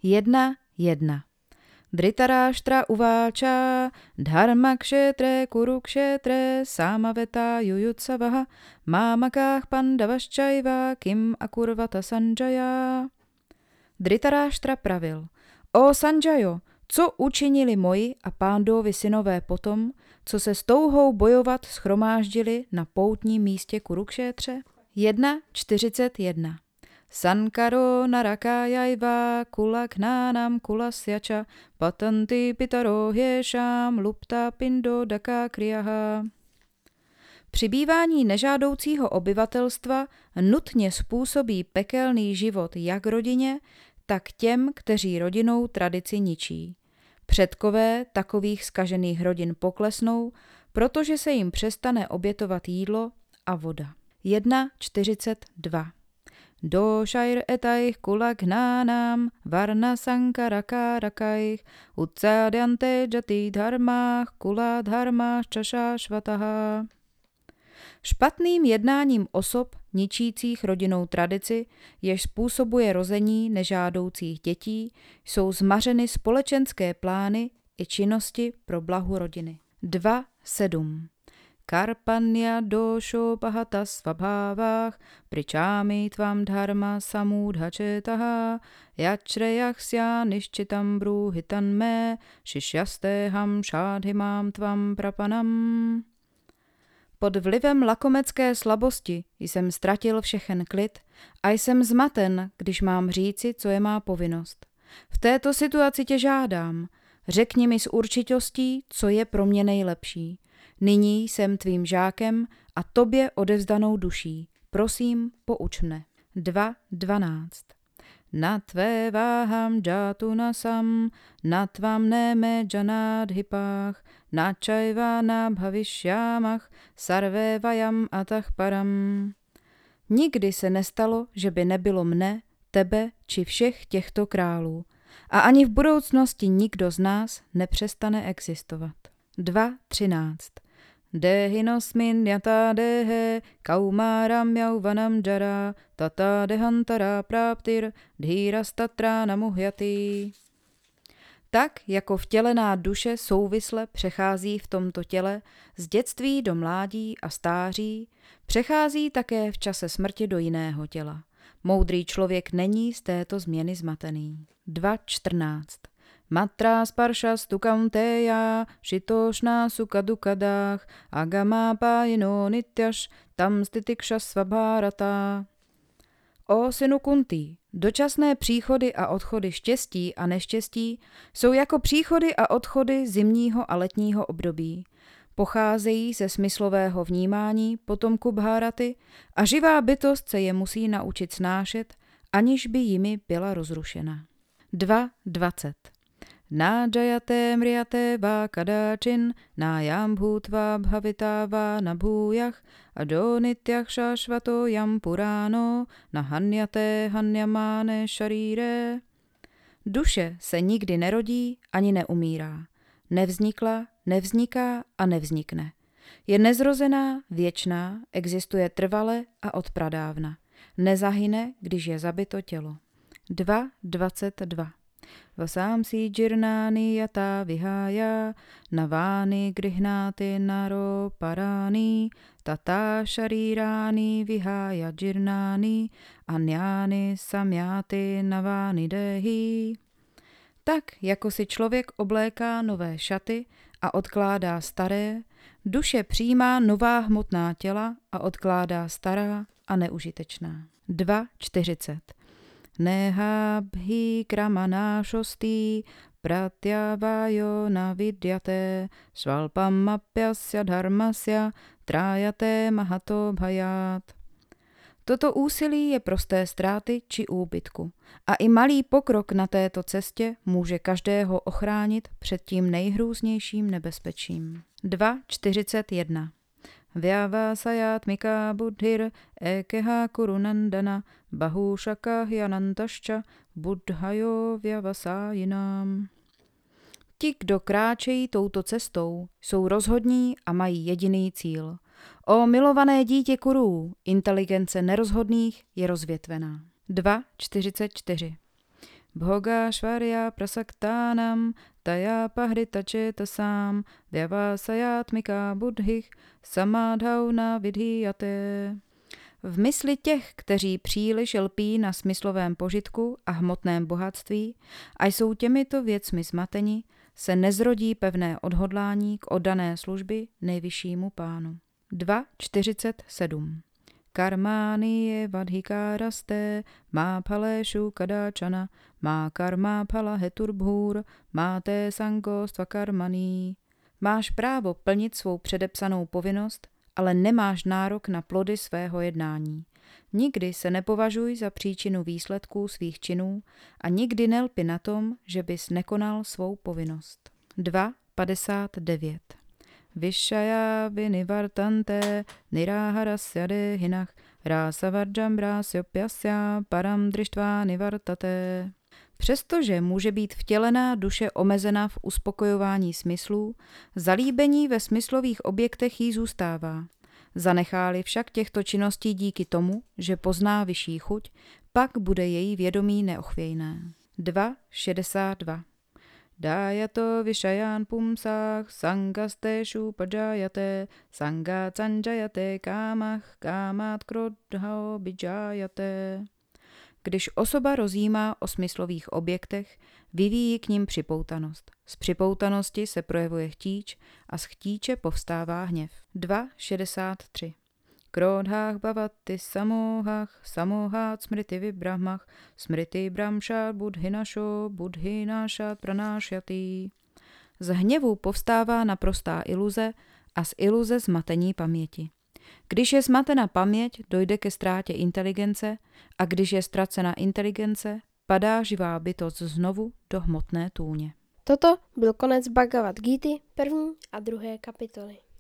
1.1. Dhritarashtra uváča dharma kshetre kurukshetre samaveta jujutsavaha mámakách pandavasčajva kim akurvata Sanjaya. Dhritarashtra pravil: O Sanjayo, co učinili moji a Pándovi synové potom, co se s touhou bojovat shromáždili na poutním místě Kurukšétře? 1.41. Sankaro narakājaiva kulagnánam kulasyača patanti pitaro hyešám lupta pindo daka kriyaha. Přibývání nežádoucího obyvatelstva nutně způsobí pekelný život jak rodině, tak těm, kteří rodinnou tradici ničí. Předkové takových zkažených rodin poklesnou, protože se jim přestane obětovat jídlo a voda. 1.42. Došair etaich kulagnánam varna sankarakarakajch utsádyante jati dharmách kula dharmách čašášvataha. Špatným jednáním osob ničících rodinnou tradici, jež způsobuje rození nežádoucích dětí, jsou zmařeny společenské plány i činnosti pro blahu rodiny. 2.7. Karpanya dosho pahata svabhavách pričámi tvam dharma samudhačetaha yachreyachsya nishchitam bruhitan me šišyasteham šádhimám tvam prapanam. Pod vlivem lakomecké slabosti jsem ztratil všechen klid a jsem zmaten, když mám říci, co je má povinnost. V této situaci tě žádám, řekni mi s určitostí, co je pro mě nejlepší. Nyní jsem tvým žákem a tobě odevzdanou duší. Prosím, pouč mne. 2.12. Na tvé váham džátunasam, na tvam neme janádhypách, na čajva na bhavišyámach, sarvé vajam atah param. Nikdy se nestalo, že by nebylo mne, tebe či všech těchto králů. A ani v budoucnosti nikdo z nás nepřestane existovat. 2.13. Dehinosmin yata dehe kaumaram yauvanam jara tata dehantara praptir dhírastatra namuhyati. Tak, jako vtělená duše souvisle přechází v tomto těle z dětství do mládí a stáří, přechází také v čase smrti do jiného těla. Moudrý člověk není z této změny zmatený. 2.14. Matra sparsha stukaunteya shitoshna sukadukadách agama pájino nityaš tam stitikša svabharata. O synu Kuntý, dočasné příchody a odchody štěstí a neštěstí jsou jako příchody a odchody zimního a letního období. Pocházejí ze smyslového vnímání potomku Bháraty a živá bytost se je musí naučit snášet, aniž by jimi byla rozrušena. 2.20. Nájayate mriyate va kadáčin nájam bhutva bhavita va nabhujach ado nityach šašvato jam puráno nahanyate hanyamáne šaríre. Duše se nikdy nerodí ani neumírá. Nevznikla, nevzniká a nevznikne. Je nezrozená, věčná, existuje trvale a od pradávna. Nezahyne, když je zabito tělo. 2.22. Vasámsi džirnány jatá vihája navány grihnáty naro parány tatá šarírány vihája džirnány anyány samjáty navány déhy. Tak, jako si člověk obléká nové šaty a odkládá staré, duše přijímá nová hmotná těla a odkládá stará a neužitečná. 2.40. Nehabhi kramanášostí pratyavajo navidyate svalpam apyasya dharmasya trájate mahato bhaját. Toto úsilí je prosté ztráty či úbytku a i malý pokrok na této cestě může každého ochránit před tím nejhrůznějším nebezpečím. 2.41. Vyavásajátmika buddhir ekeha kurunandana bahušakahyanantascha buddhajo vyavasajinám. Ti, kdo kráčejí touto cestou, jsou rozhodní a mají jediný cíl. O milované dítě kurů, inteligence nerozhodných je rozvětvená. 2.44. bhoga švarya prasaktánam taya pahrita četasám vyavasayatmika buddhich samádhauna vidhiyate. V mysli těch, kteří příliš lpí na smyslovém požitku a hmotném bohatství a jsou těmito věcmi zmateni, se nezrodí pevné odhodlání k oddané služby nejvyššímu pánu. 2.47 Karmáni je vadhikáraste, má phaleshu kadáčana, má karma phala heturbhur, máte sangostva karmaní. Máš právo plnit svou předepsanou povinnost, ale nemáš nárok na plody svého jednání. Nikdy se nepovažuj za příčinu výsledků svých činů a nikdy nelpi na tom, že bys nekonal svou povinnost. 2.59 Vishaya vinivartante niráharasya dehinach rásavarjam rásyopyasya param drištva nivartate. Přestože může být vtělená duše omezena v uspokojování smyslů, zalíbení ve smyslových objektech jí zůstává. Zanechá-li však těchto činností díky tomu, že pozná vyšší chuť, pak bude její vědomí neochvějné. 2.62 Dájato vyšaján pumsách sangasteshu pajayate sangat sanjayate kámach kámat krodhao bijayate. Když osoba rozjímá o smyslových objektech, vyvíjí k nim připoutanost. Z připoutanosti se projevuje chtíč a z chtíče povstává hněv. 2.63 Krodhách bhavati samohách, samohát smriti vibrahmach, smriti brahmšat budhinasho, budhinashat pranášyati. Z hněvu povstává naprostá iluze a z iluze zmatení paměti. Když je zmatena paměť, dojde ke ztrátě inteligence a když je ztracena inteligence, padá živá bytost znovu do hmotné tůně. Toto byl konec Bhagavad Gíty, 1. a 2. kapitoly.